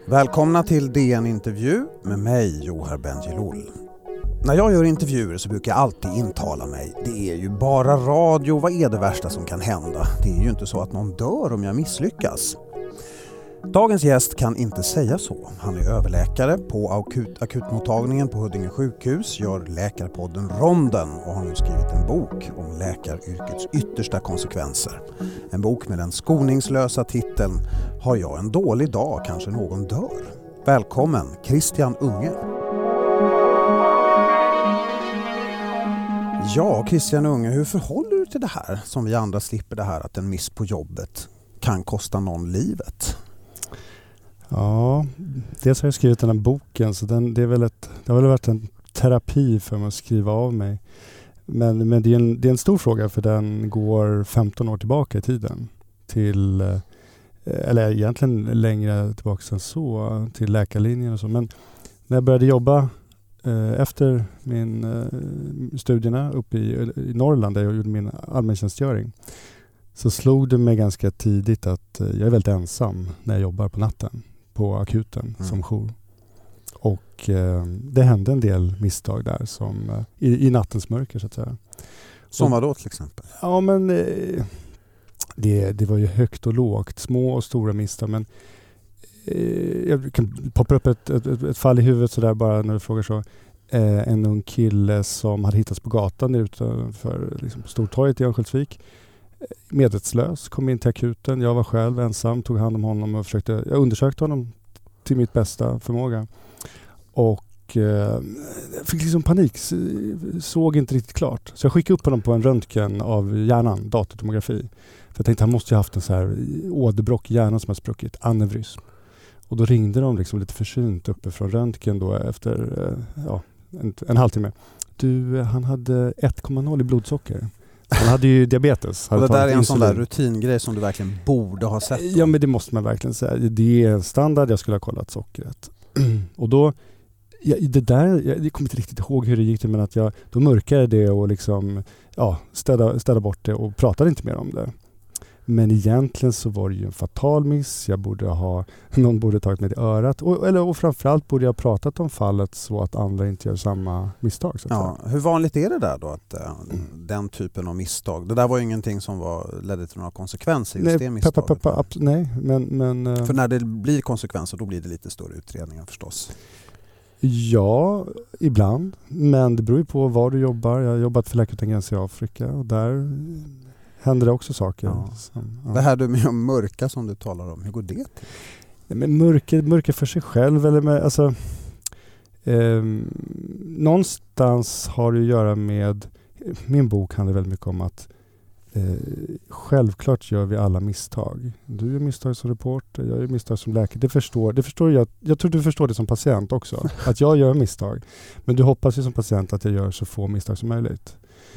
Välkomna till DN-intervju med mig, Johar Bendjelloul. När jag gör intervjuer så brukar jag alltid intala mig. Det är ju bara radio, vad är det värsta som kan hända? Det är ju inte så att någon dör om jag misslyckas. Dagens gäst kan inte säga så. Han är överläkare på akutmottagningen på Huddinge sjukhus, gör läkarpodden Ronden och har nu skrivit en bok om läkaryrkets yttersta konsekvenser. En bok med den skoningslösa titeln Har jag en dålig dag, kanske någon dör. Välkommen, Christian Unge. Ja, Christian Unge, hur förhåller du till det här som vi andra slipper det här att en miss på jobbet kan kosta någon livet? Ja, dels har jag skrivit den här boken så det har väl varit en terapi för mig att skriva av mig. Men det är en stor fråga för den går 15 år tillbaka i tiden till, eller egentligen längre tillbaka än så, till läkarlinjen och så. Men när jag började jobba efter studierna uppe i Norrland där jag gjorde min allmäntjänstgöring så slog det mig ganska tidigt att jag är väldigt ensam när jag jobbar på natten på akuten som jour. Och det hände en del misstag där som i nattens mörker så att säga. Som vad då till exempel? Ja, men det var ju högt och lågt, små och stora misstag, men jag kan poppa upp ett fall i huvudet så där bara när du frågar så. En ung kille som hade hittats på gatan utanför liksom, Stortorget i Örnsköldsvik. Medvetslös, kom in till akuten. Jag var själv ensam, tog hand om honom och jag undersökte honom till mitt bästa förmåga. Och fick liksom panik, såg inte riktigt klart. Så jag skickade upp honom på en röntgen av hjärnan, datortomografi. För jag tänkte han måste ju haft en så här åderbråck i hjärnan som har spruckit, aneurysm. Och då ringde de liksom lite försynt uppe från röntgen då efter en halvtimme. Han hade 1,0 i blodsocker. Han hade ju diabetes. Och det där är en sån där rutingrej som du verkligen borde ha sett. Ja, men det måste man verkligen säga. Det är en standard, jag skulle ha kollat sockret. Och då, jag kommer inte riktigt ihåg hur det gick till, men att då mörkade det och liksom, städade bort det och pratade inte mer om det. Men egentligen så var det ju en fatal miss. Någon borde tagit mig i örat. Och framförallt borde jag ha pratat om fallet så att andra inte gör samma misstag. Så att säga. Hur vanligt är det där då att den typen av misstag? Det där var ju ingenting som ledde till några konsekvenser just det misstaget. Nej, men för när det blir konsekvenser då blir det lite större utredningar förstås. Ja, ibland. Men det beror ju på var du jobbar. Jag har jobbat för Läkare utan gränser i Afrika och där händer det också saker. Ja. Det här med mörka som du talar om, hur går det till? Ja, men mörker för sig själv eller med, någonstans har det att göra med, min bok handlar väldigt mycket om att självklart gör vi alla misstag. Du gör misstag som reporter, jag gör misstag som läkare. Det förstår jag tror du förstår det som patient också, att jag gör misstag. Men du hoppas ju som patient att jag gör så få misstag som möjligt.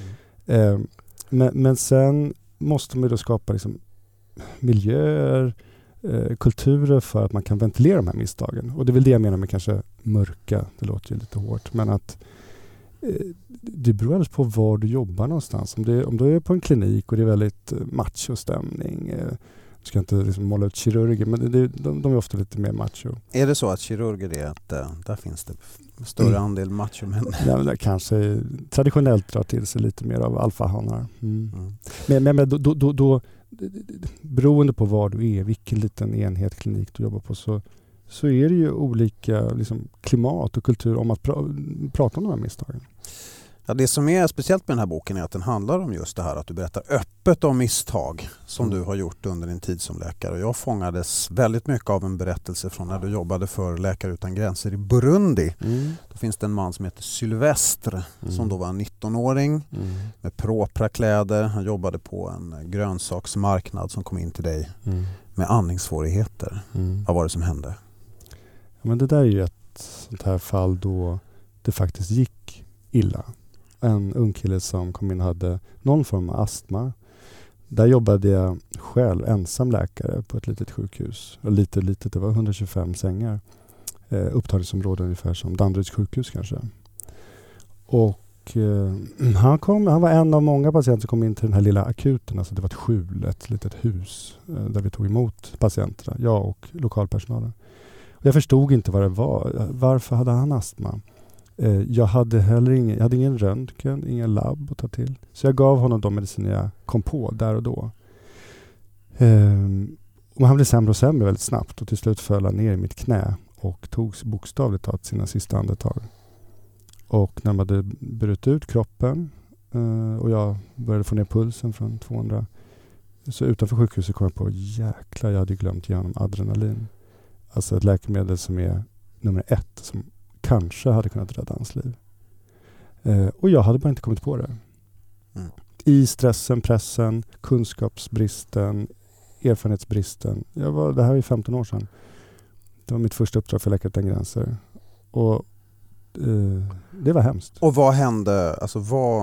Men sen måste man ju då skapa liksom miljöer, kulturer för att man kan ventilera de här misstagen. Och det är väl det jag menar med kanske mörka. Det låter ju lite hårt. Men att det beror alldeles på var du jobbar någonstans. Om du är på en klinik och det är väldigt machostämning. Jag ska inte liksom måla ut kirurger, men de är ofta lite mer macho. Är det så att kirurger är att där finns det större andel machomän? Ja, men kanske traditionellt drar till sig lite mer av alfahanar. Men då beroende på var du är, vilken liten enhet klinik du jobbar på så är det ju olika liksom, klimat och kultur om att prata om de här misstagen. Ja, det som är speciellt med den här boken är att den handlar om just det här att du berättar öppet om misstag som du har gjort under din tid som läkare. Och jag fångades väldigt mycket av en berättelse från när du jobbade för Läkare utan gränser i Burundi. Då finns det en man som heter Sylvestre som då var en 19-åring med propra kläder. Han jobbade på en grönsaksmarknad som kom in till dig med andningssvårigheter. Vad var det som hände? Ja, men det där är ju ett sånt här fall då det faktiskt gick illa. En ung kille som kom in och hade någon form av astma. Där jobbade jag själv ensam läkare på ett litet sjukhus. Och litet, det var 125 sängar. Upptagningsområden ungefär som Danderyds sjukhus kanske. Och han var en av många patienter som kom in till den här lilla akuten. Alltså det var ett skjul, ett litet hus där vi tog emot patienterna. Jag och lokalpersonalen. Jag förstod inte vad det var. Varför hade han astma? Jag hade ingen röntgen, ingen labb att ta till. Så jag gav honom de mediciner jag kom på där och då. Och han blev sämre och sämre väldigt snabbt. Och till slut föll han ner i mitt knä och tog bokstavligt talat sina sista andetag. Och när man hade brutit ut kroppen och jag började få ner pulsen från 200. Så utanför sjukhuset kom jag på, jäklar, jag hade glömt igenom adrenalin. Alltså ett läkemedel som är nummer 1 som kanske hade kunnat rädda hans liv. Och jag hade bara inte kommit på det. Mm. I stressen, pressen, kunskapsbristen, erfarenhetsbristen. Det här är 15 år sedan. Det var mitt första uppdrag för Läkare utan gränser. Och det var hemskt. Och vad hände, alltså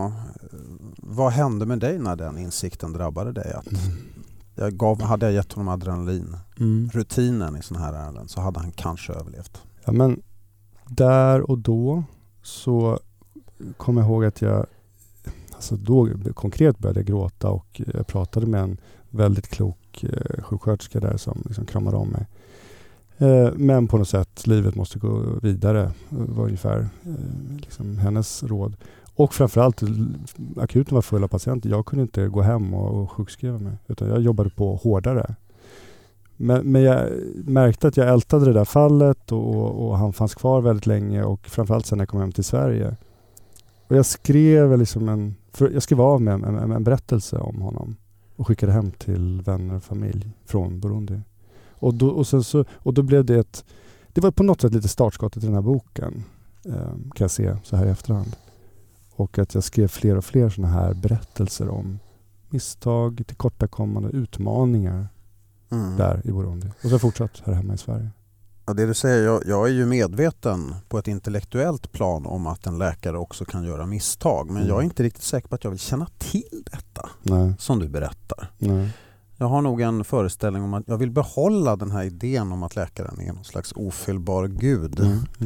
vad hände med dig när den insikten drabbade dig? Att hade jag gett honom adrenalin, rutinen i sådana här ärenden, så hade han kanske överlevt. Ja, men där och då så kom jag ihåg att jag då konkret började gråta och jag pratade med en väldigt klok sjuksköterska där som liksom kramade om mig. Men på något sätt, livet måste gå vidare, var ungefär liksom hennes råd. Och framförallt, akuten var full av patienter. Jag kunde inte gå hem och sjukskriva mig, utan jag jobbade på hårdare. Men jag märkte att jag ältade det där fallet och han fanns kvar väldigt länge, och framförallt sen när jag kom hem till Sverige. Och jag skrev av med en berättelse om honom och skickade hem till vänner och familj från Burundi. Och då blev det var på något sätt lite startskottet i den här boken, kan jag se så här i efterhand. Och att jag skrev fler och fler såna här berättelser om misstag, tillkortakommande, utmaningar där i Burundi. Och så har jag fortsatt här hemma i Sverige. Ja, det du säger, jag är ju medveten på ett intellektuellt plan om att en läkare också kan göra misstag. Men jag är inte riktigt säker på att jag vill känna till detta. Nej. Som du berättar. Nej. Jag har nog en föreställning om att jag vill behålla den här idén om att läkaren är någon slags ofelbar gud.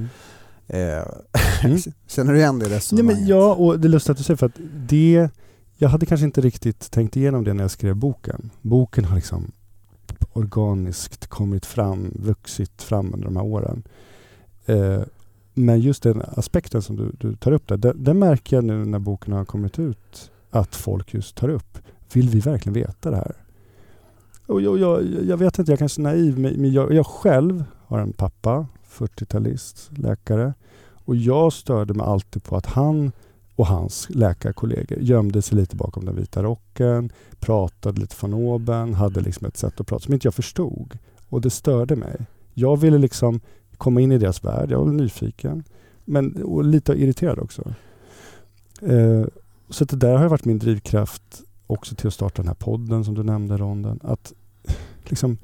Känner du igen det resonemanget? Ja, och det är lustigt att du säger, för att jag hade kanske inte riktigt tänkt igenom det när jag skrev boken. Boken har liksom organiskt vuxit fram under de här åren. Men just den aspekten som du tar upp där, det märker jag nu när boken har kommit ut att folk just tar upp. Vill vi verkligen veta det här? Och jag vet inte, jag kanske är naiv, men jag själv har en pappa, 40-talist, läkare, och jag störde mig alltid på att han och hans läkarkollegor gömde sig lite bakom den vita rocken, pratade lite från oben, hade liksom ett sätt att prata som inte jag förstod, och det störde mig. Jag ville liksom komma in i deras värld, jag var nyfiken, och lite irriterad också. Så det där har varit min drivkraft också till att starta den här podden som du nämnde, Ronden. Att liksom,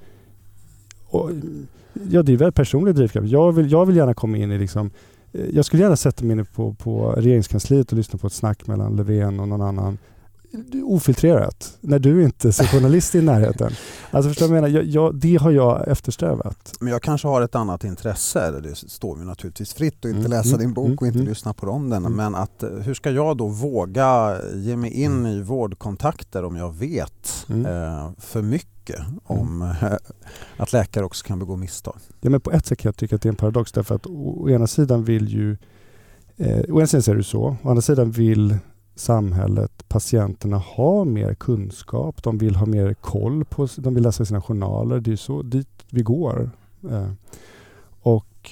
det är väldigt personlig drivkraft. Jag vill gärna komma in i liksom, jag skulle gärna sätta mig inne på regeringskansliet och lyssna på ett snack mellan Löfven och någon annan. Ofiltrerat. När du inte ser journalist i närheten. Alltså förstår jag menar, det har jag eftersträvat. Men jag kanske har ett annat intresse. Det står ju naturligtvis fritt att inte läsa din bok och inte lyssna på Ronden. Men hur ska jag då våga ge mig in i vårdkontakter om jag vet för mycket om att läkare också kan begå misstag? Ja, men på ett sätt kan jag tycka att det är en paradox, därför att å ena sidan är det så, å andra sidan vill samhället, patienterna ha mer kunskap, de vill ha mer koll på, de vill läsa sina journaler, det är så dit vi går. Och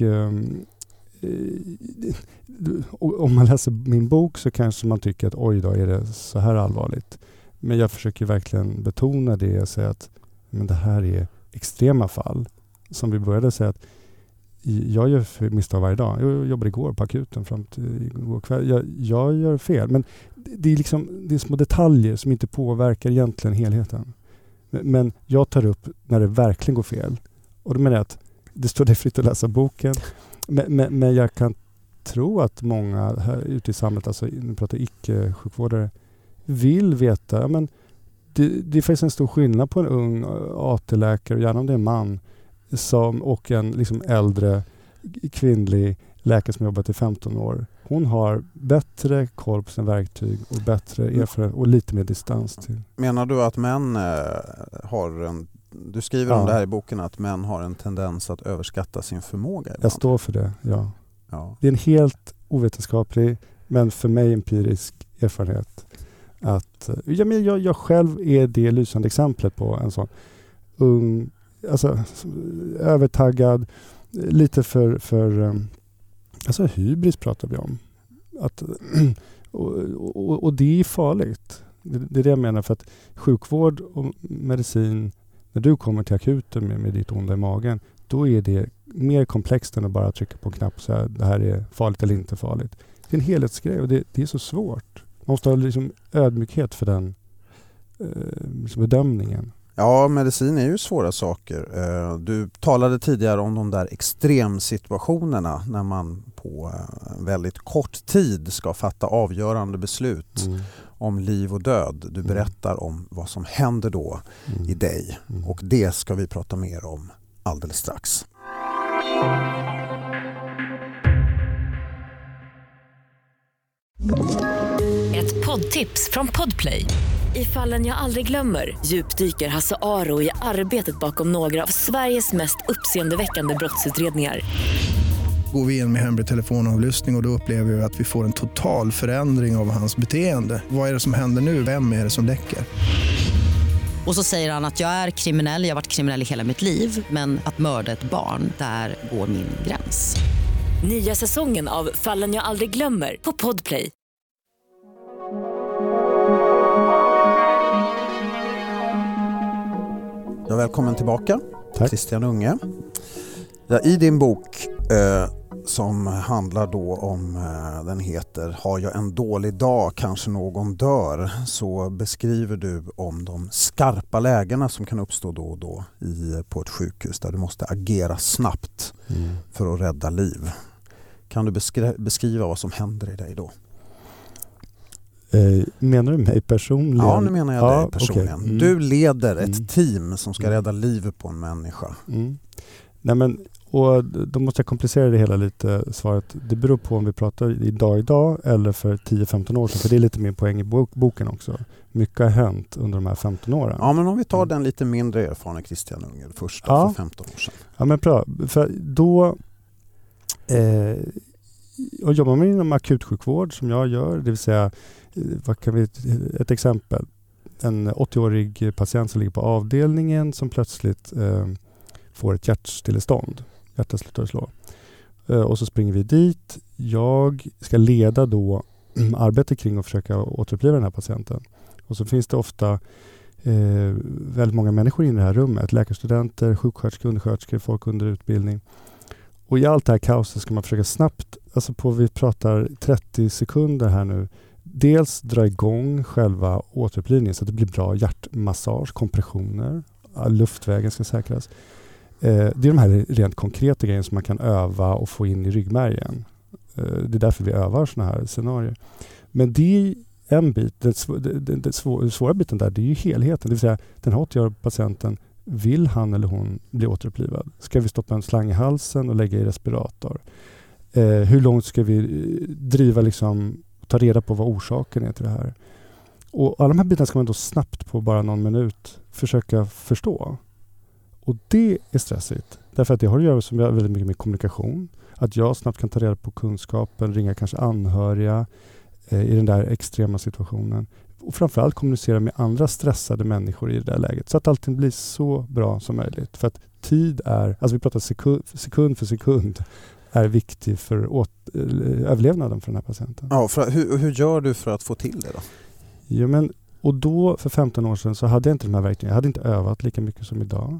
om man läser min bok så kanske man tycker att oj då, är det så här allvarligt. Men jag försöker verkligen betona det och säga att men det här är extrema fall. Som vi började säga, att jag gör misstag varje dag. Jag jobbade igår på akuten fram till igår kväll. Jag gör fel. Men det är små detaljer som inte påverkar egentligen helheten. Men jag tar upp när det verkligen går fel. Och då menar jag att det står det fritt att läsa boken. Men jag kan tro att många här ute i samhället, alltså nu pratar icke-sjukvårdare, vill veta. Ja, men det finns en stor skillnad på en ung AT-läkare, gärna om det är en man, och en liksom äldre kvinnlig läkare som jobbat i 15 år. Hon har bättre koll på sina verktyg och bättre erfarenhet och lite mer distans till. Menar du att män Du skriver om det här i boken att män har en tendens att överskatta sin förmåga. Jag står för det, ja. Det är en helt ovetenskaplig, men för mig empirisk erfarenhet. Att, jag själv är det lysande exemplet på en sån ung, alltså övertaggad, lite för alltså hybris pratar vi om. Att, och det är farligt. Det är det jag menar, för att sjukvård och medicin, när du kommer till akuten med ditt onda i magen, då är det mer komplext än att bara trycka på en knapp och säga det här är farligt eller inte farligt. Det är en helhetsgrej och det är så svårt. Man måste ha liksom ödmjukhet för den bedömningen. Ja, medicin är ju svåra saker. Du talade tidigare om de där extremsituationerna när man på väldigt kort tid ska fatta avgörande beslut om liv och död. Du berättar om vad som händer då i dig och det ska vi prata mer om alldeles strax. Ett poddtips från Podplay. I Fallen jag aldrig glömmer djupdyker Hasse Aro i arbetet bakom några av Sveriges mest uppseendeväckande brottsutredningar. Går vi in med hemlig telefonavlyssning och då upplever vi att vi får en total förändring av hans beteende. Vad är det som händer nu? Vem är det som läcker? Och så säger han att jag är kriminell, jag har varit kriminell i hela mitt liv. Men att mörda ett barn, där går min gräns. Nya säsongen av Fallen jag aldrig glömmer på Podplay. Ja, välkommen tillbaka. Tack. Christian Unge. Ja, i din bok som handlar då om, den heter Har jag en dålig dag, kanske någon dör, så beskriver du om de skarpa lägena som kan uppstå då och då på ett sjukhus där du måste agera snabbt för att rädda liv. Kan du beskriva vad som händer i dig då? Menar du mig personligen? Ja, nu menar jag dig personligen. Okay. Du leder ett team som ska rädda livet på en människa. Nej, men, och då måste jag komplicera det hela lite, svaret. Det beror på om vi pratar idag eller för 10-15 år sedan. För det är lite min poäng i boken också. Mycket har hänt under de här 15 åren. Ja, men om vi tar den lite mindre erfarna Christian Unge först för 15 år sedan. Ja, men bra. För då och jobbar man inom akutsjukvård som jag gör, det vill säga ett exempel. En 80-årig patient som ligger på avdelningen som plötsligt får ett hjärtstillestånd. Hjärtat slutar slå. Och så springer vi dit. Jag ska leda då arbetet kring att försöka återuppliva den här patienten. Och så finns det ofta väldigt många människor i det här rummet. Läkarstudenter, sjuksköterskor, undersköterskor, folk under utbildning. Och i allt det här kaoset ska man försöka snabbt, alltså vi pratar 30 sekunder här nu, dels dra igång själva återupplivningen så att det blir bra hjärtmassage, kompressioner, luftvägen ska säkras. Det är de här rent konkreta grejerna som man kan öva och få in i ryggmärgen. Det är därför vi övar såna här scenarier. Men det är en bit, den svåra biten där, det är ju helheten. Det vill säga, den här 80-åriga patienten, vill han eller hon bli återupplivad? Ska vi stoppa en slang i halsen och lägga i respirator? Hur långt ska vi driva, ta reda på vad orsaken är till det här? Och alla de här bitarna ska man då snabbt på bara någon minut försöka förstå. Och det är stressigt. Därför att det har att göra med väldigt mycket med kommunikation. Att jag snabbt kan ta reda på kunskapen, ringa kanske anhöriga i den där extrema situationen. Och framförallt kommunicera med andra stressade människor i det där läget. Så att allting blir så bra som möjligt. För att tid är, alltså vi pratar sekund för sekund, är viktig för överlevnaden för den här patienten. Ja, hur gör du för att få till det då? Ja, men, och då för 15 år sedan så hade jag inte de här verktygen. Jag hade inte övat lika mycket som idag.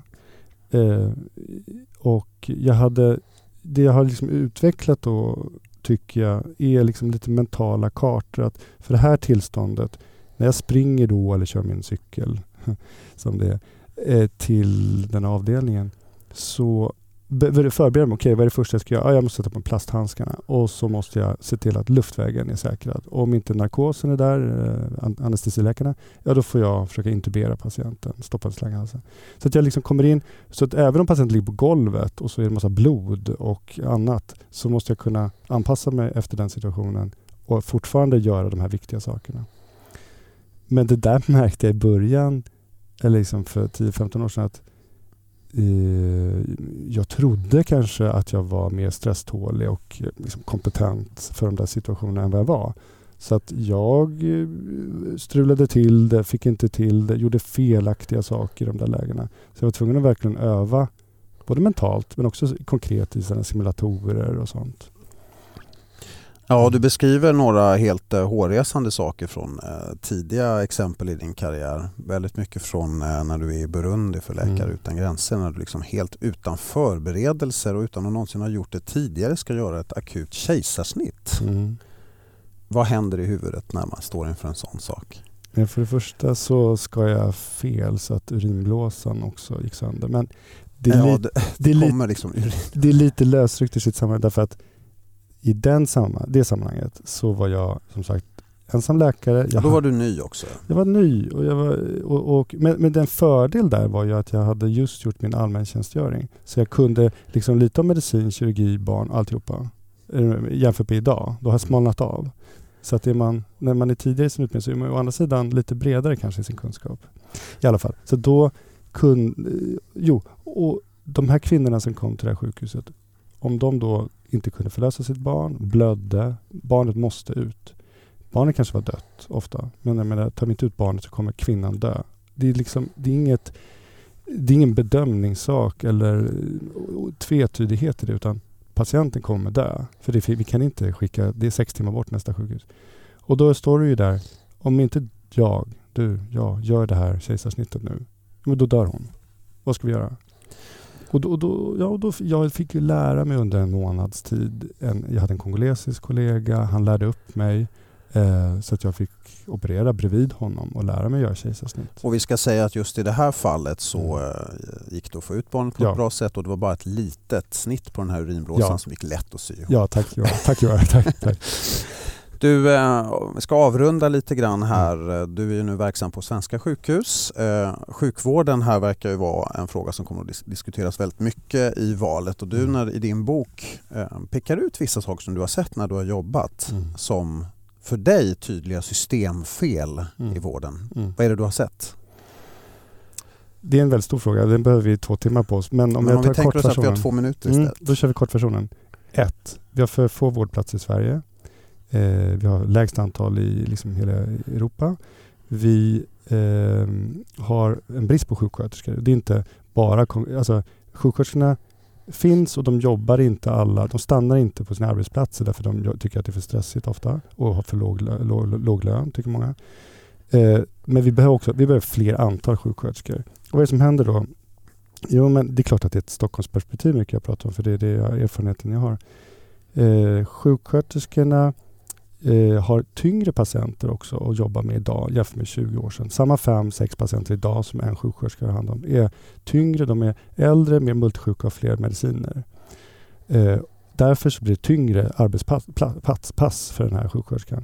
Och det jag har utvecklat då, tycker jag, är lite mentala kartor. Att för det här tillståndet, när jag springer då eller kör min cykel som det är, till den avdelningen, så förbereder mig. Okej, vad är det första jag ska göra? Jag måste sätta på plasthandskarna och så måste jag se till att luftvägen är säkrad. Och om inte narkosen är där, anestesiläkarna, då får jag försöka intubera patienten, stoppa en slang i halsen. Så att jag kommer in, så att även om patienten ligger på golvet och så är det en massa blod och annat, så måste jag kunna anpassa mig efter den situationen och fortfarande göra de här viktiga sakerna. Men det där märkte jag i början, eller för 10-15 år sedan, att jag trodde kanske att jag var mer stresstålig och liksom kompetent för de där situationerna än vad jag var. Så att jag strulade till det, fick inte till det, gjorde felaktiga saker i de där lägena. Så jag var tvungen att verkligen öva, både mentalt men också konkret i sina simulatorer och sånt. Ja, du beskriver några helt hårresande saker från tidiga exempel i din karriär. Väldigt mycket från när du är i Burundi för Läkare utan gränser, när du liksom helt utan förberedelser och utan att någonsin ha gjort det tidigare ska göra ett akut kejsarsnitt. Vad händer i huvudet när man står inför en sån sak? För det första så ska jag fel så att urinblåsan också gick sönder. Men det är lite lösryckt i sitt sammanhang, därför att i det sammanhanget så var jag som sagt ensam läkare. Då var du ny också. Jag var ny men den fördel där var ju att jag hade just gjort min allmäntjänstgöring. Så jag kunde liksom lite om medicin, kirurgi, barn, alltihopa. Jämfört med idag. Då har jag smalnat av. Så att när man är tidigare i sin utbildning så är man å andra sidan lite bredare kanske i sin kunskap. I alla fall. Så då och de här kvinnorna som kom till det här sjukhuset, om de då inte kunde förlösa sitt barn, blödde, barnet måste ut. Barnet kanske var dött ofta, men jag menar, tar vi inte ut barnet så kommer kvinnan dö. Det är ingen bedömningssak eller tvetydighet i det, utan patienten kommer dö. För vi kan inte skicka, det är 6 timmar bort nästa sjukhus. Och då står du ju där, om inte jag gör det här kejsarsnittet nu, men då dör hon. Vad ska vi göra? Jag fick ju lära mig under en månads tid. Jag hade en kongolesisk kollega, han lärde upp mig så att jag fick operera bredvid honom och lära mig göra kejsarsnitt. Och vi ska säga att just i det här fallet så gick det att få ut barnet på ett bra sätt, och det var bara ett litet snitt på den här urinblåsan som gick lätt att sy ihop. Ja, tack. Tack. Du, vi ska avrunda lite grann här. Du är ju nu verksam på svenska sjukhus. Sjukvården här verkar ju vara en fråga som kommer att diskuteras väldigt mycket i valet. Och du i din bok pekar ut vissa saker som du har sett när du har jobbat som för dig tydliga systemfel i vården. Vad är det du har sett? Det är en väldigt stor fråga. Den behöver vi 2 timmar på oss. Men om vi tänker oss att vi har 2 minuter istället. Då kör vi kortversionen. 1. Vi har för få vårdplatser i Sverige. Vi har lägst antal i liksom hela Europa. Vi har en brist på sjuksköterskor. Det är inte bara... sjuksköterskorna finns och de jobbar inte alla. De stannar inte på sina arbetsplatser därför de tycker att det är för stressigt ofta och har för låg lön, tycker många. Men vi behöver fler antal sjuksköterskor. Och vad är det som händer då? Jo, men det är klart att det är ett Stockholmsperspektiv mycket jag pratar om, för det är det erfarenheten jag har. Sjuksköterskorna har tyngre patienter också att jobba med idag jämfört med 20 år sedan. Samma 5-6 patienter idag som en sjuksköterska har hand om är tyngre, de är äldre, mer multisjuka och fler mediciner. Därför så blir det tyngre arbetspass för den här sjuksköterskan.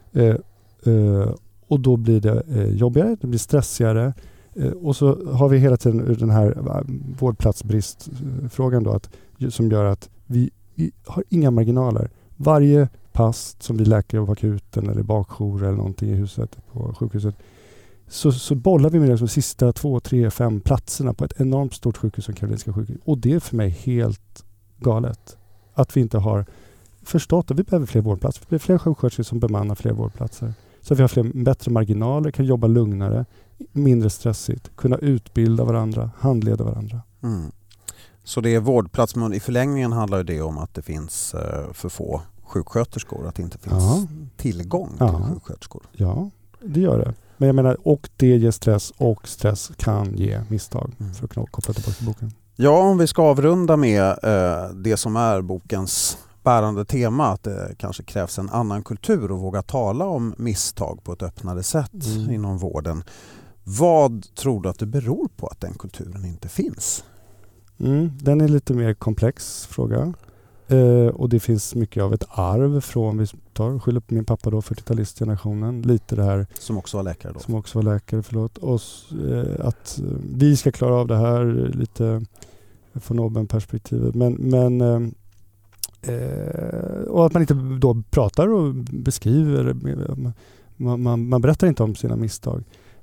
Och då blir det jobbigare, det blir stressigare. Och så har vi hela tiden den här vårdplatsbristfrågan då, som gör att vi har inga marginaler. Varje pass som vi läkare på akuten eller bakjour eller någonting i huset på sjukhuset, så bollar vi med de sista 2, 3, 5 platserna på ett enormt stort sjukhus som Karolinska sjukhus. Och det är för mig helt galet att vi inte har förstått att vi behöver fler vårdplatser. Vi behöver fler sjuksköterskor som bemannar fler vårdplatser. Så att vi har bättre marginaler, kan jobba lugnare, mindre stressigt, kunna utbilda varandra, handleda varandra. Så det är vårdplats, men i förlängningen handlar det om att det finns för få sjuksköterskor, att det inte finns tillgång till sjuksköterskor. Ja, det gör det. Men jag menar, och det ger stress, och stress kan ge misstag, för att koppla tillbaka till boken. Ja, om vi ska avrunda med det som är bokens bärande tema, att det kanske krävs en annan kultur och våga tala om misstag på ett öppnare sätt inom vården. Vad tror du att det beror på att den kulturen inte finns? Den är lite mer komplex fråga. Och det finns mycket av ett arv från, vi skyller på min pappa då, 40-talistgenerationen, lite det här. Som också var läkare då. Som också var läkare, förlåt. Att vi ska klara av det här lite från Nobel-perspektivet. Men och att man inte då pratar och beskriver, man berättar inte om sina misstag.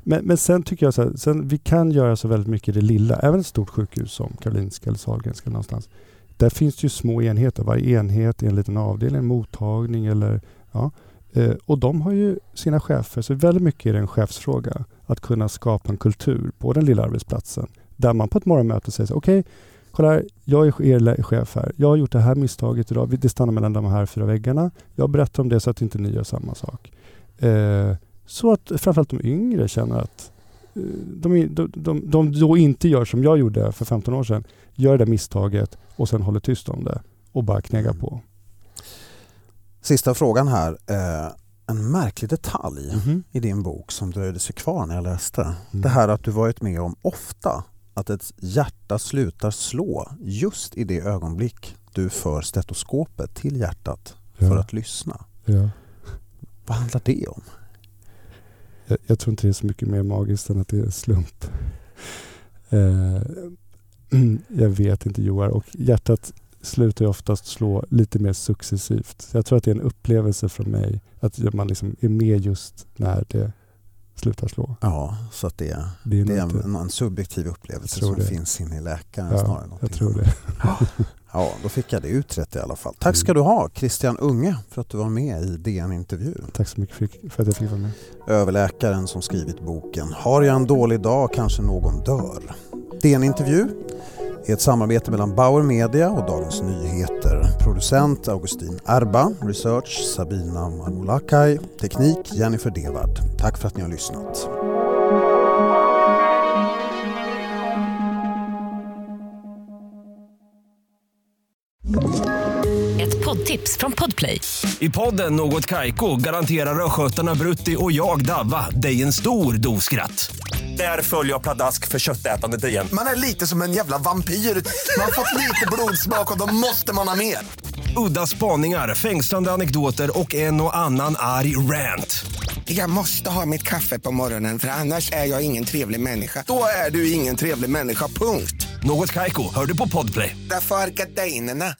Men sen tycker jag så här, vi kan göra så väldigt mycket i det lilla. Även ett stort sjukhus som Karolinska eller Sahlgrenska någonstans. Där finns det ju små enheter. Varje enhet är en liten avdelning, en mottagning eller ja. Och de har ju sina chefer. Så väldigt mycket är det en chefsfråga. Att kunna skapa en kultur på den lilla arbetsplatsen. Där man på ett morgonmöte säger så okej, kolla här, jag är er chef här. Jag har gjort det här misstaget idag. Det stannar mellan de här 4 väggarna. Jag berättar om det så att inte ni gör samma sak. Så att framförallt de yngre känner att de då inte gör som jag gjorde för 15 år sedan. Gör det misstaget och sen håller tyst om det och bara knegar på. Sista frågan här. En märklig detalj i din bok som dröjde sig kvar när jag läste. Det här att du varit med om ofta att ett hjärta slutar slå just i det ögonblick du för stetoskopet till hjärtat för att lyssna. Ja. Vad handlar det om? Jag tror inte det är så mycket mer magiskt än att det är slump. Jag vet inte, Joar. Och hjärtat slutar ju oftast slå lite mer successivt. Så jag tror att det är en upplevelse från mig att man liksom är med just när det slutar slå. Ja, så att det är en subjektiv upplevelse som finns inne i läkaren snarare. Jag tror det. Ja, då fick jag det utrett i alla fall. Tack ska du ha, Christian Unge, för att du var med i DN-intervju. Tack så mycket för att jag fick vara med. Överläkaren som skrivit boken Har jag en dålig dag kanske någon dör. DN-intervju är ett samarbete mellan Bauer Media och Dagens Nyheter. Producent Augustin Erba, research Sabina Marmolakai, teknik Jennifer Devard. Tack för att ni har lyssnat. Ett poddtips från Podplay. I podden Något Kaiko garanterar röskötarna Brutti och jag Davva dig en stor doskratt. Där följer jag pladask för köttätandet igen. Man är lite som en jävla vampyr. Man har fått lite blodsmak och då måste man ha mer. Udda spaningar, fängslande anekdoter och en och annan arg rant. Jag måste ha mitt kaffe på morgonen för annars är jag ingen trevlig människa. Då är du ingen trevlig människa, punkt. Något Kaiko, hör du på Podplay. Därför är gardinerna.